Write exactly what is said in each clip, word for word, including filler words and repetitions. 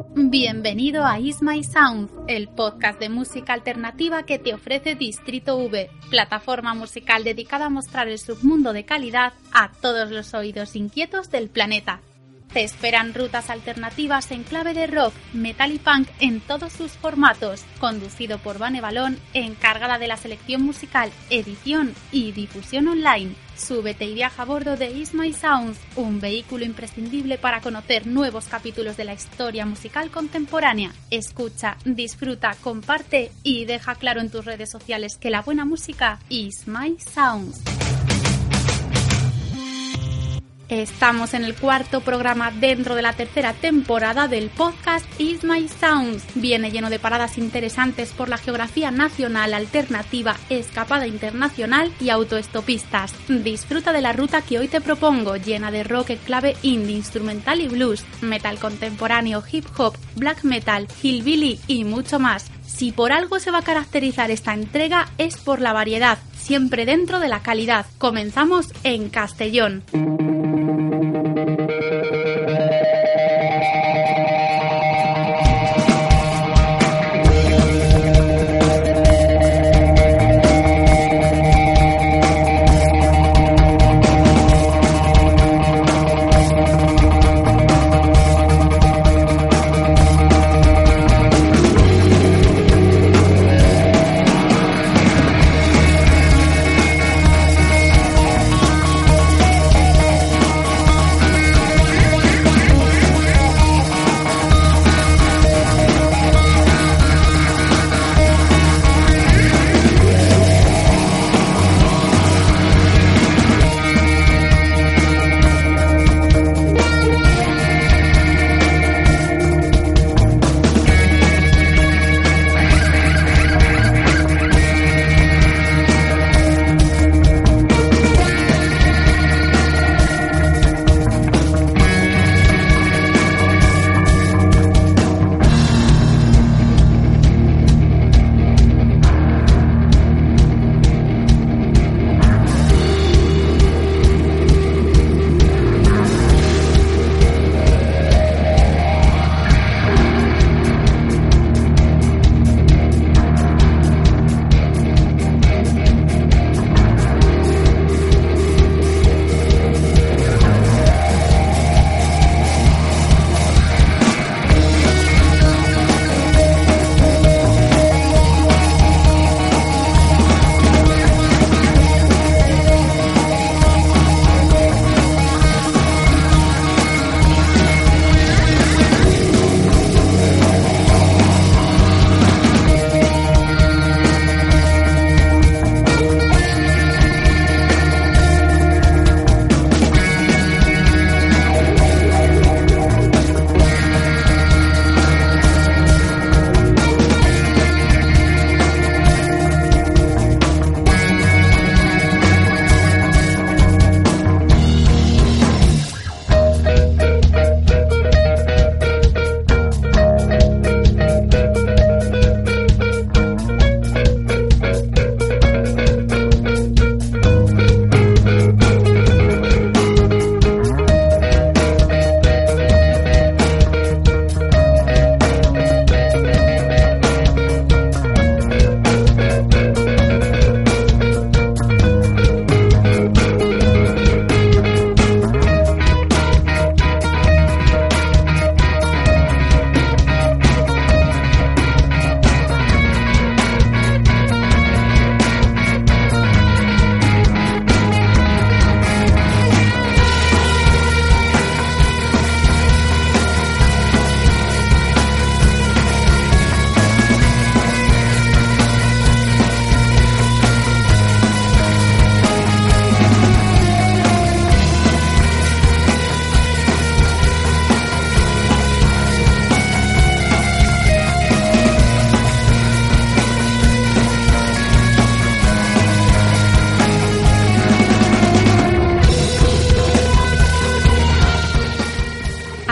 Bienvenido a Is My Sound, el podcast de música alternativa que te ofrece Distrito V, plataforma musical dedicada a mostrar el submundo de calidad a todos los oídos inquietos del planeta. Te esperan rutas alternativas en clave de rock, metal y punk en todos sus formatos, conducido por Vane Balón, encargada de la selección musical, edición y difusión online. Súbete y viaja a bordo de Is My Sounds, un vehículo imprescindible para conocer nuevos capítulos de la historia musical contemporánea. Escucha, disfruta, comparte y deja claro en tus redes sociales que la buena música is My Sounds. Estamos en el cuarto programa dentro de la tercera temporada del podcast Is My Sounds. Viene lleno de paradas interesantes por la geografía nacional, alternativa, escapada internacional y autoestopistas. Disfruta de la ruta que hoy te propongo, llena de rock en clave indie, instrumental y blues, metal contemporáneo, hip hop, black metal, hillbilly y mucho más. Si por algo se va a caracterizar esta entrega es por la variedad, siempre dentro de la calidad. Comenzamos en Castellón.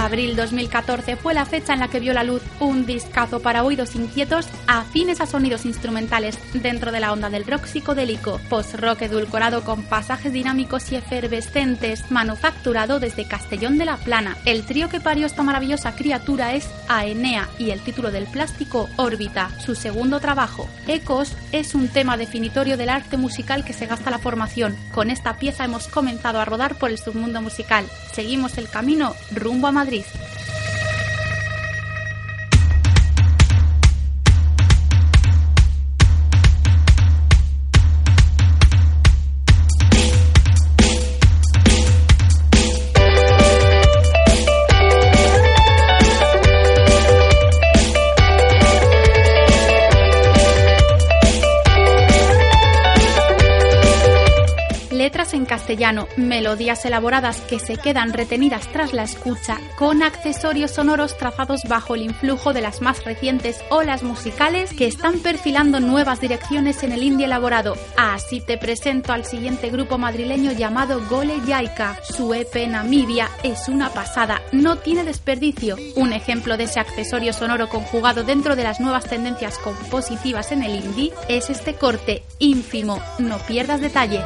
Abril dos mil catorce fue la fecha en la que vio la luz un discazo para oídos inquietos afines a sonidos instrumentales dentro de la onda del rock psicodélico, post-rock edulcorado con pasajes dinámicos y efervescentes, manufacturado desde Castellón de la Plana. El trío que parió esta maravillosa criatura es Aenea y el título del plástico Órbita, su segundo trabajo. Ecos es un tema definitorio del arte musical que se gasta la formación. Con esta pieza hemos comenzado a rodar por el submundo musical. Seguimos el camino rumbo a Madrid. Letras en castellano, melodías elaboradas que se quedan retenidas tras la escucha, con accesorios sonoros trazados bajo el influjo de las más recientes olas musicales que están perfilando nuevas direcciones en el indie elaborado. Así te presento al siguiente grupo madrileño llamado Gole Yaika. Su E P Namibia es una pasada, no tiene desperdicio. Un ejemplo de ese accesorio sonoro conjugado dentro de las nuevas tendencias compositivas en el indie es este corte, Ínfimo, no pierdas detalle.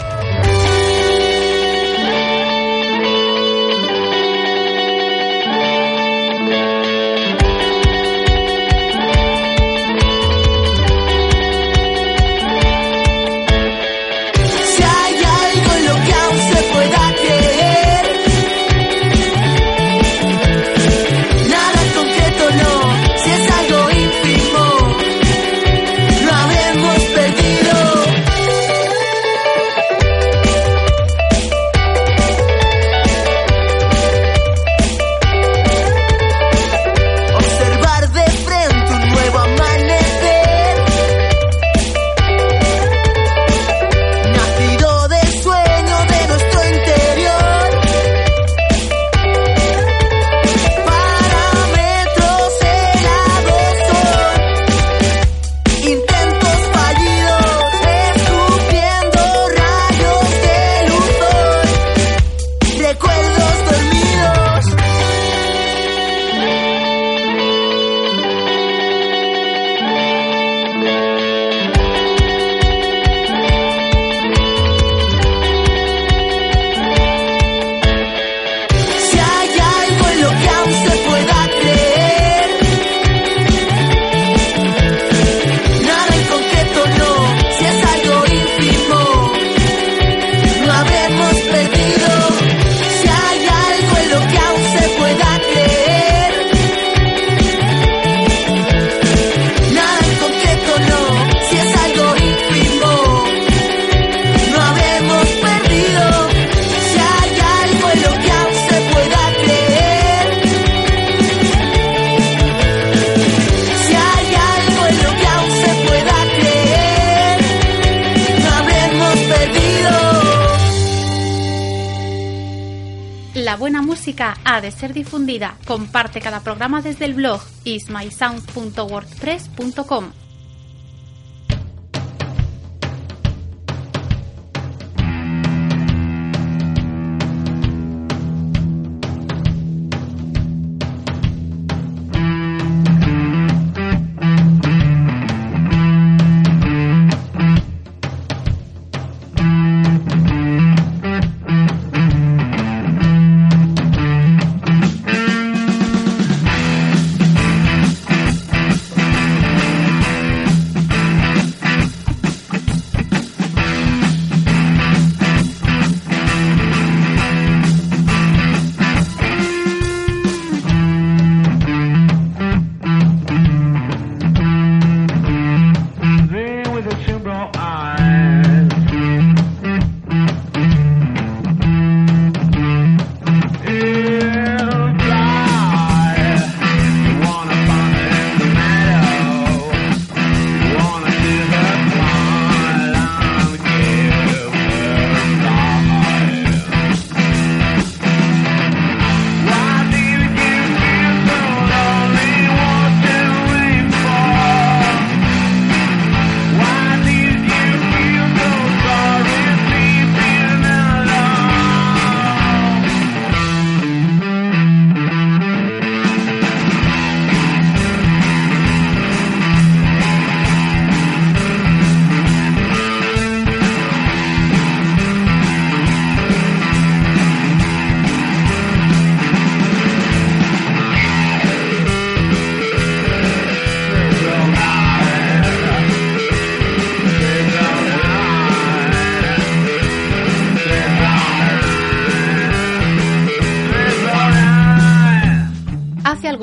La buena música ha de ser difundida. Comparte cada programa desde el blog is my sound punto wordpress punto com.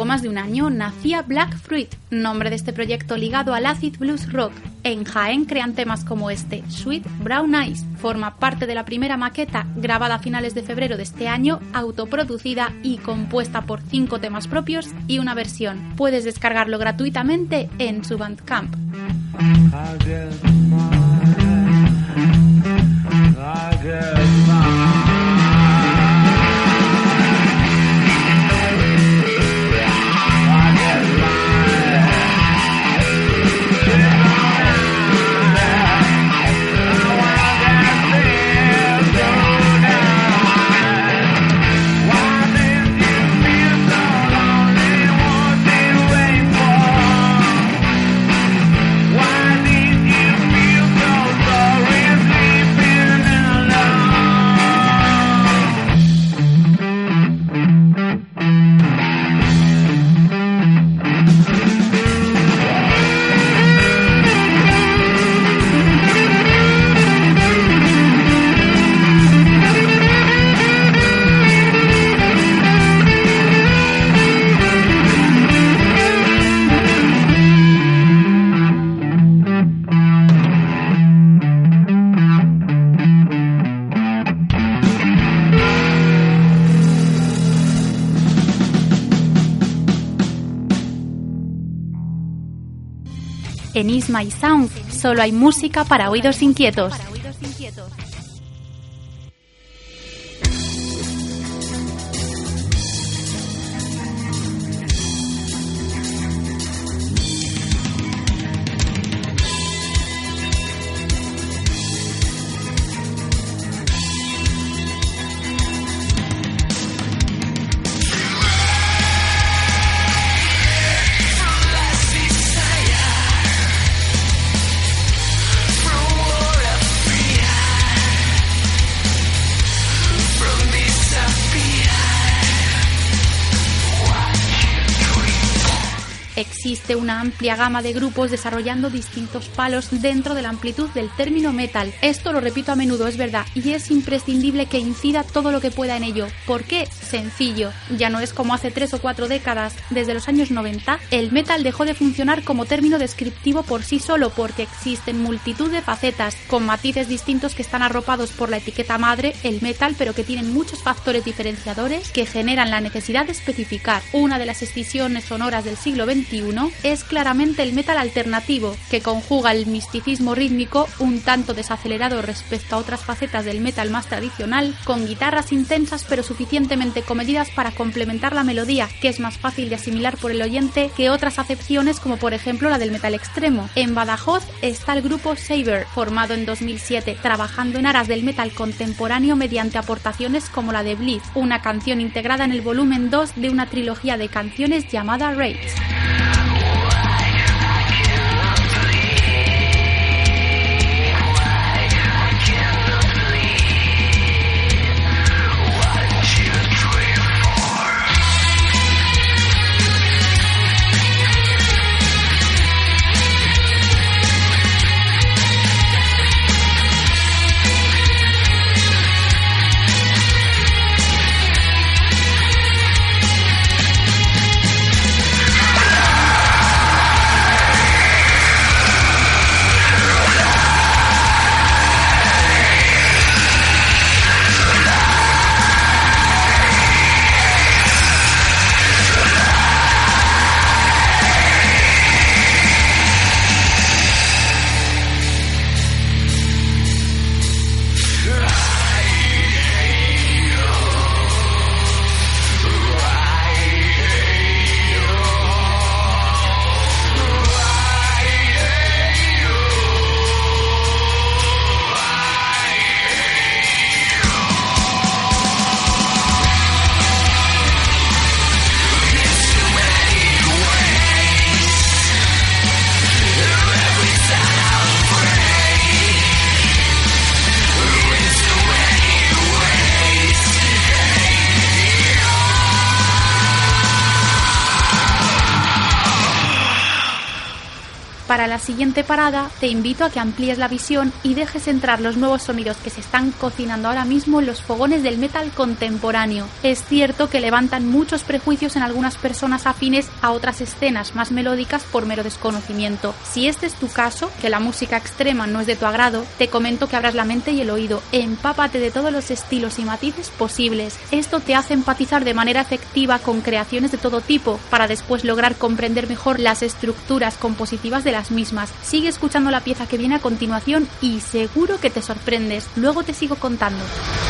más de un año nacía Black Fruit, nombre de este proyecto ligado al acid blues rock. En Jaén crean temas como este, Sweet Brown Eyes. Forma parte de la primera maqueta, grabada a finales de febrero de este año, autoproducida y compuesta por cinco temas propios y una versión. Puedes descargarlo gratuitamente en su Bandcamp. En Is My Sound solo hay música para oídos inquietos. Existe una amplia gama de grupos desarrollando distintos palos dentro de la amplitud del término metal. Esto lo repito a menudo, es verdad, y es imprescindible que incida todo lo que pueda en ello. ¿Por qué? Sencillo. Ya no es como hace tres o cuatro décadas. Desde los años noventa, el metal dejó de funcionar como término descriptivo por sí solo, porque existen multitud de facetas, con matices distintos que están arropados por la etiqueta madre, el metal, pero que tienen muchos factores diferenciadores que generan la necesidad de especificar. Una de las escisiones sonoras del siglo veintiuno es claramente el metal alternativo, que conjuga el misticismo rítmico un tanto desacelerado respecto a otras facetas del metal más tradicional, con guitarras intensas pero suficientemente comedidas para complementar la melodía, que es más fácil de asimilar por el oyente que otras acepciones como por ejemplo la del metal extremo. En Badajoz está el grupo Saber, formado en dos mil siete, trabajando en aras del metal contemporáneo mediante aportaciones como la de Blitz, una canción integrada en el volumen dos de una trilogía de canciones llamada Raids. Yeah. Para la siguiente parada, te invito a que amplíes la visión y dejes entrar los nuevos sonidos que se están cocinando ahora mismo en los fogones del metal contemporáneo. Es cierto que levantan muchos prejuicios en algunas personas afines a otras escenas más melódicas por mero desconocimiento. Si este es tu caso, que la música extrema no es de tu agrado, te comento que abras la mente y el oído, empápate de todos los estilos y matices posibles. Esto te hace empatizar de manera efectiva con creaciones de todo tipo, para después lograr comprender mejor las estructuras compositivas de las mismas. Sigue escuchando la pieza que viene a continuación y seguro que te sorprendes. Luego te sigo contando.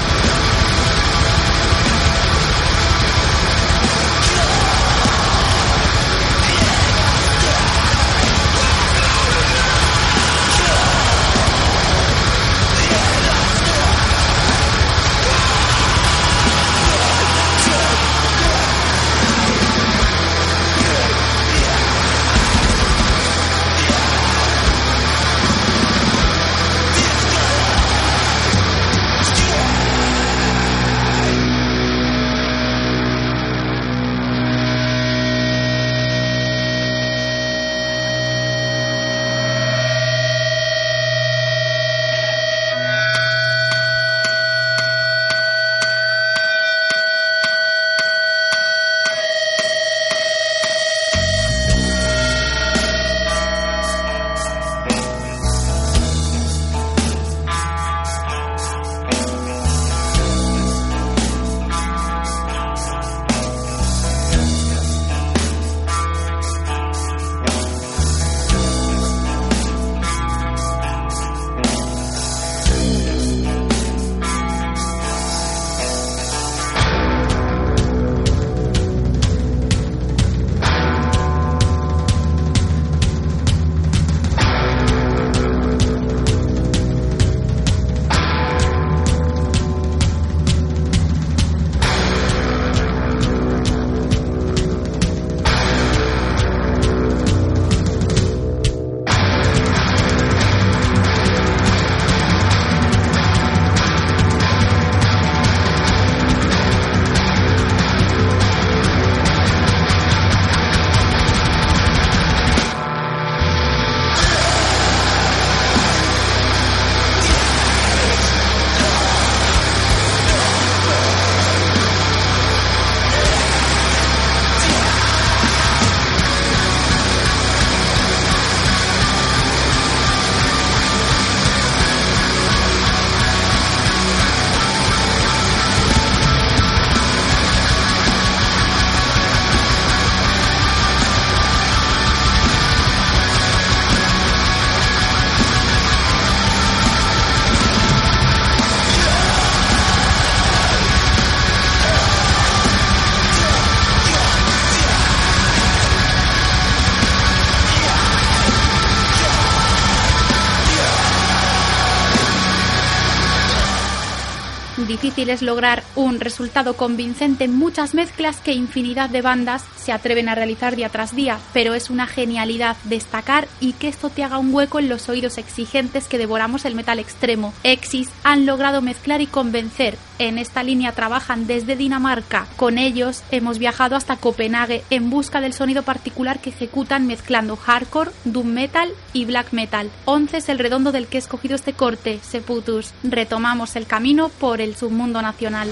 Difícil es lograr un resultado convincente en muchas mezclas que infinidad de bandas se atreven a realizar día tras día, pero es una genialidad destacar y que esto te haga un hueco en los oídos exigentes que devoramos el metal extremo. Exis han logrado mezclar y convencer. En esta línea trabajan desde Dinamarca. Con ellos hemos viajado hasta Copenhague en busca del sonido particular que ejecutan mezclando hardcore, doom metal y black metal. once es el redondo del que he escogido este corte, Sepultus. Retomamos el camino por el submundo nacional.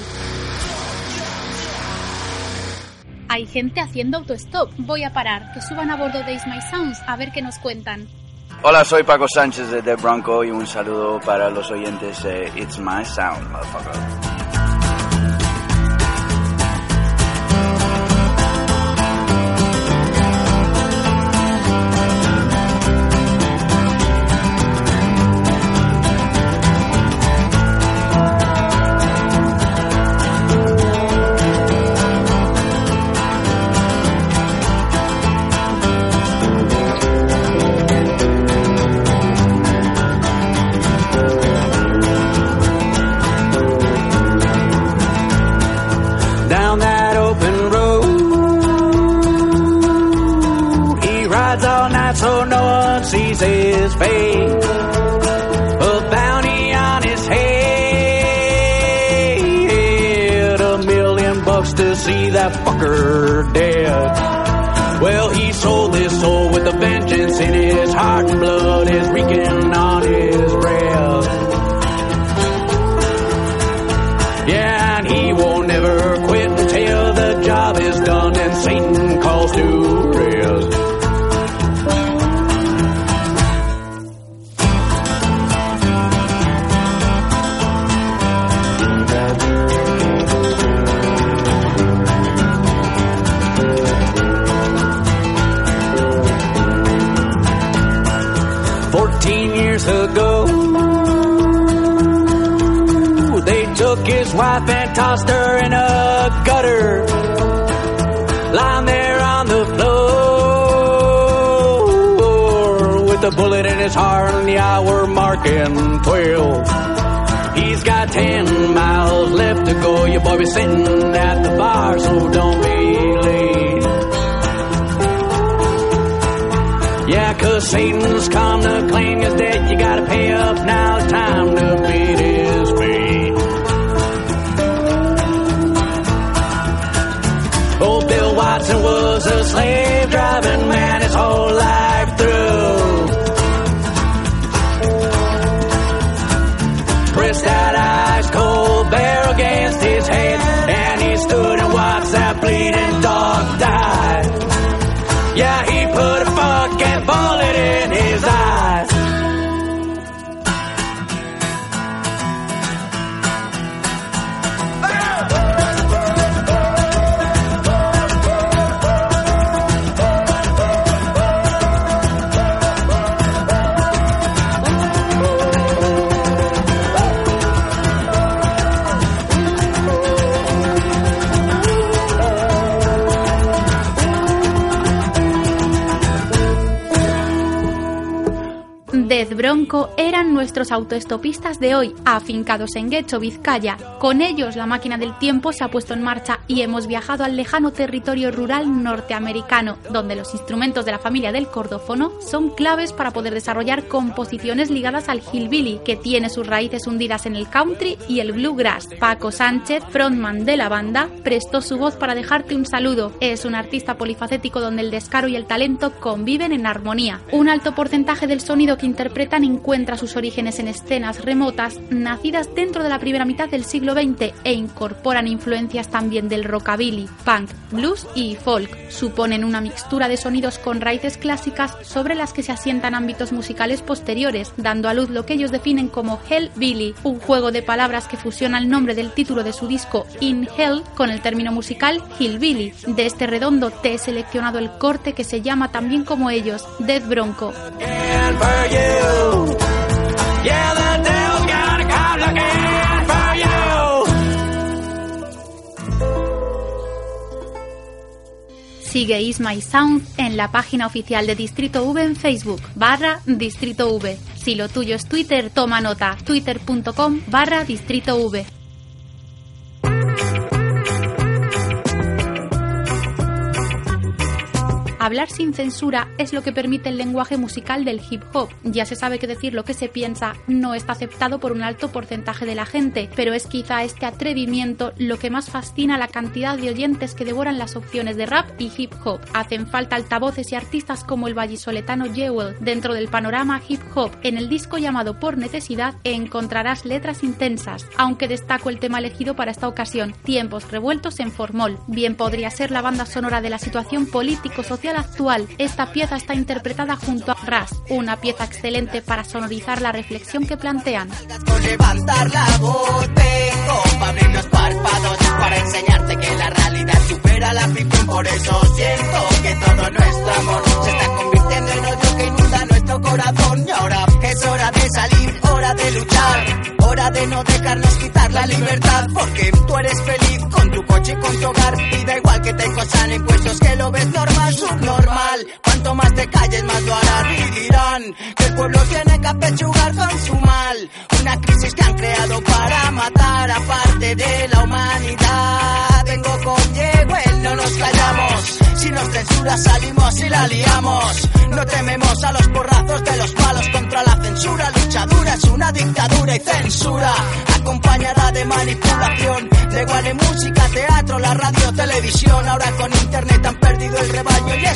Hay gente haciendo autostop. Voy a parar, que suban a bordo de It's My Sounds a ver qué nos cuentan. Hola, soy Paco Sánchez de The Bronco y un saludo para los oyentes de It's My Sound, motherfucker. So no one sees his face, a bounty on his head, a million bucks to see that fucker dead. Well, he sold his soul with a vengeance in his heart. Spartan blood is reeking on his breath. Yeah, and he won't ever quit until the job is done and Satan calls to rest. Fourteen years ago, they took his wife and tossed her in a gutter, lying there on the floor, with a bullet in his heart and the hour marking twelve. He's got ten miles left to go, your boy be sitting at the bar, so don't be late. Yeah, 'cause Satan's come to claim his debt. You gotta pay up now, it's time to beat his fate. Old Bill Watson was a slave driving man his whole life through. Pressed that ice cold barrel against his head, and he stood and watched that bleeding dog die. Yeah, he put a fucking bullet in his eyes. Death Bronco eran nuestros autoestopistas de hoy, afincados en Guecho, Vizcaya. Con ellos la máquina del tiempo se ha puesto en marcha y hemos viajado al lejano territorio rural norteamericano, donde los instrumentos de la familia del cordófono son claves para poder desarrollar composiciones ligadas al hillbilly, que tiene sus raíces hundidas en el country y el bluegrass. Paco Sánchez, frontman de la banda, prestó su voz para dejarte un saludo. Es un artista polifacético donde el descaro y el talento conviven en armonía. Un alto porcentaje del sonido que interpretan encuentra sus orígenes en escenas remotas nacidas dentro de la primera mitad del siglo veinte e incorporan influencias también del rockabilly, punk, blues y folk. Suponen una mixtura de sonidos con raíces clásicas sobre las que se asientan ámbitos musicales posteriores, dando a luz lo que ellos definen como hellbilly, un juego de palabras que fusiona el nombre del título de su disco In Hell con el término musical hillbilly. De este redondo te he seleccionado el corte que se llama también como ellos, Death Bronco. Yeah, the devil's gonna come looking for you. Sigue Is My Sound en la página oficial de Distrito V en Facebook, barra Distrito V. Si lo tuyo es Twitter, toma nota, twitter.com barra Distrito V. Hablar sin censura es lo que permite el lenguaje musical del hip hop. Ya se sabe que decir lo que se piensa no está aceptado por un alto porcentaje de la gente, pero es quizá este atrevimiento lo que más fascina a la cantidad de oyentes que devoran las opciones de rap y hip hop. Hacen falta altavoces y artistas como el vallisoletano Jewel. Dentro del panorama hip hop, en el disco llamado Por Necesidad, encontrarás letras intensas, aunque destaco el tema elegido para esta ocasión, Tiempos Revueltos en Formol. Bien podría ser la banda sonora de la situación político-social actual. Esta pieza está interpretada junto a Ras, una pieza excelente para sonorizar la reflexión que plantean. Con levantar la voz tengo para abrir los párpados, para enseñarte que la realidad supera la ficción. Por eso siento que todo nuestro amor se está convirtiendo en odio que inunda nuestro corazón. Y ahora es hora de salir, hora de luchar, hora de no dejarnos quitar la libertad. Porque tú eres feliz con tu coche y con tu hogar, y da igual que te cosan impuestos, que lo ves normal, subnormal. Cuanto más te calles, más lo harán y dirán que el pueblo tiene que apechugar con su mal. Una crisis que han creado para matar a parte de la humanidad. Vengo con Diego, él no nos callamos. Si nos censura salimos y la liamos. No tememos a los porrazos de los palos contra la censura. Lucha dura es una dictadura y censura acompañada de manipulación. Da igual en música, teatro, la radio, televisión. Ahora con internet han perdido el rebaño y es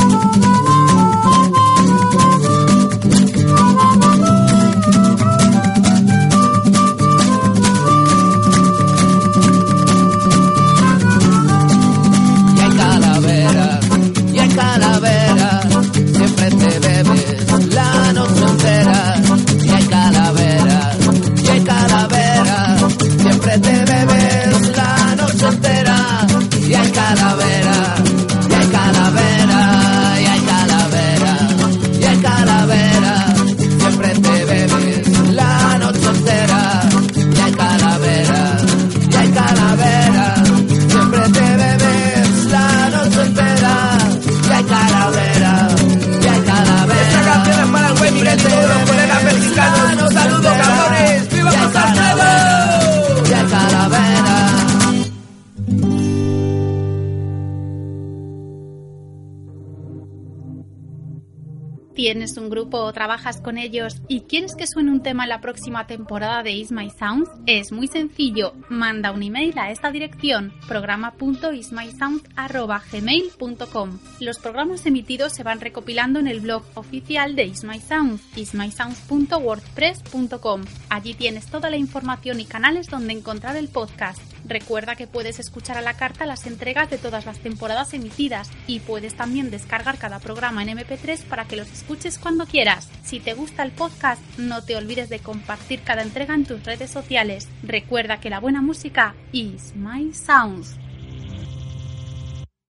Thank calavera, y hay calavera, y hay calavera, y hay calavera, siempre te bebes la noche entera, y hay calavera, y hay calavera, siempre te bebes la noche entera, y hay calavera, y hay calavera. Esta canción es para el güey Miguel y todos los colegas mexicanos. Un saludo, cabrones. ¡Viva Costa Alfredo! Y hay calavera. ¿Tienes un grupo o trabajas con ellos y quieres que suene un tema en la próxima temporada de Is My Sound? Es muy sencillo, manda un email a esta dirección, programa punto is my sound arroba gmail punto com. Los programas emitidos se van recopilando en el blog oficial de Is My Sound, is my sound punto wordpress punto com. Allí tienes toda la información y canales donde encontrar el podcast. Recuerda que puedes escuchar a la carta las entregas de todas las temporadas emitidas y puedes también descargar cada programa en eme pe tres para que los escuches cuando quieras. Si te gusta el podcast, no te olvides de compartir cada entrega en tus redes sociales. Recuerda que la buena música is my sound.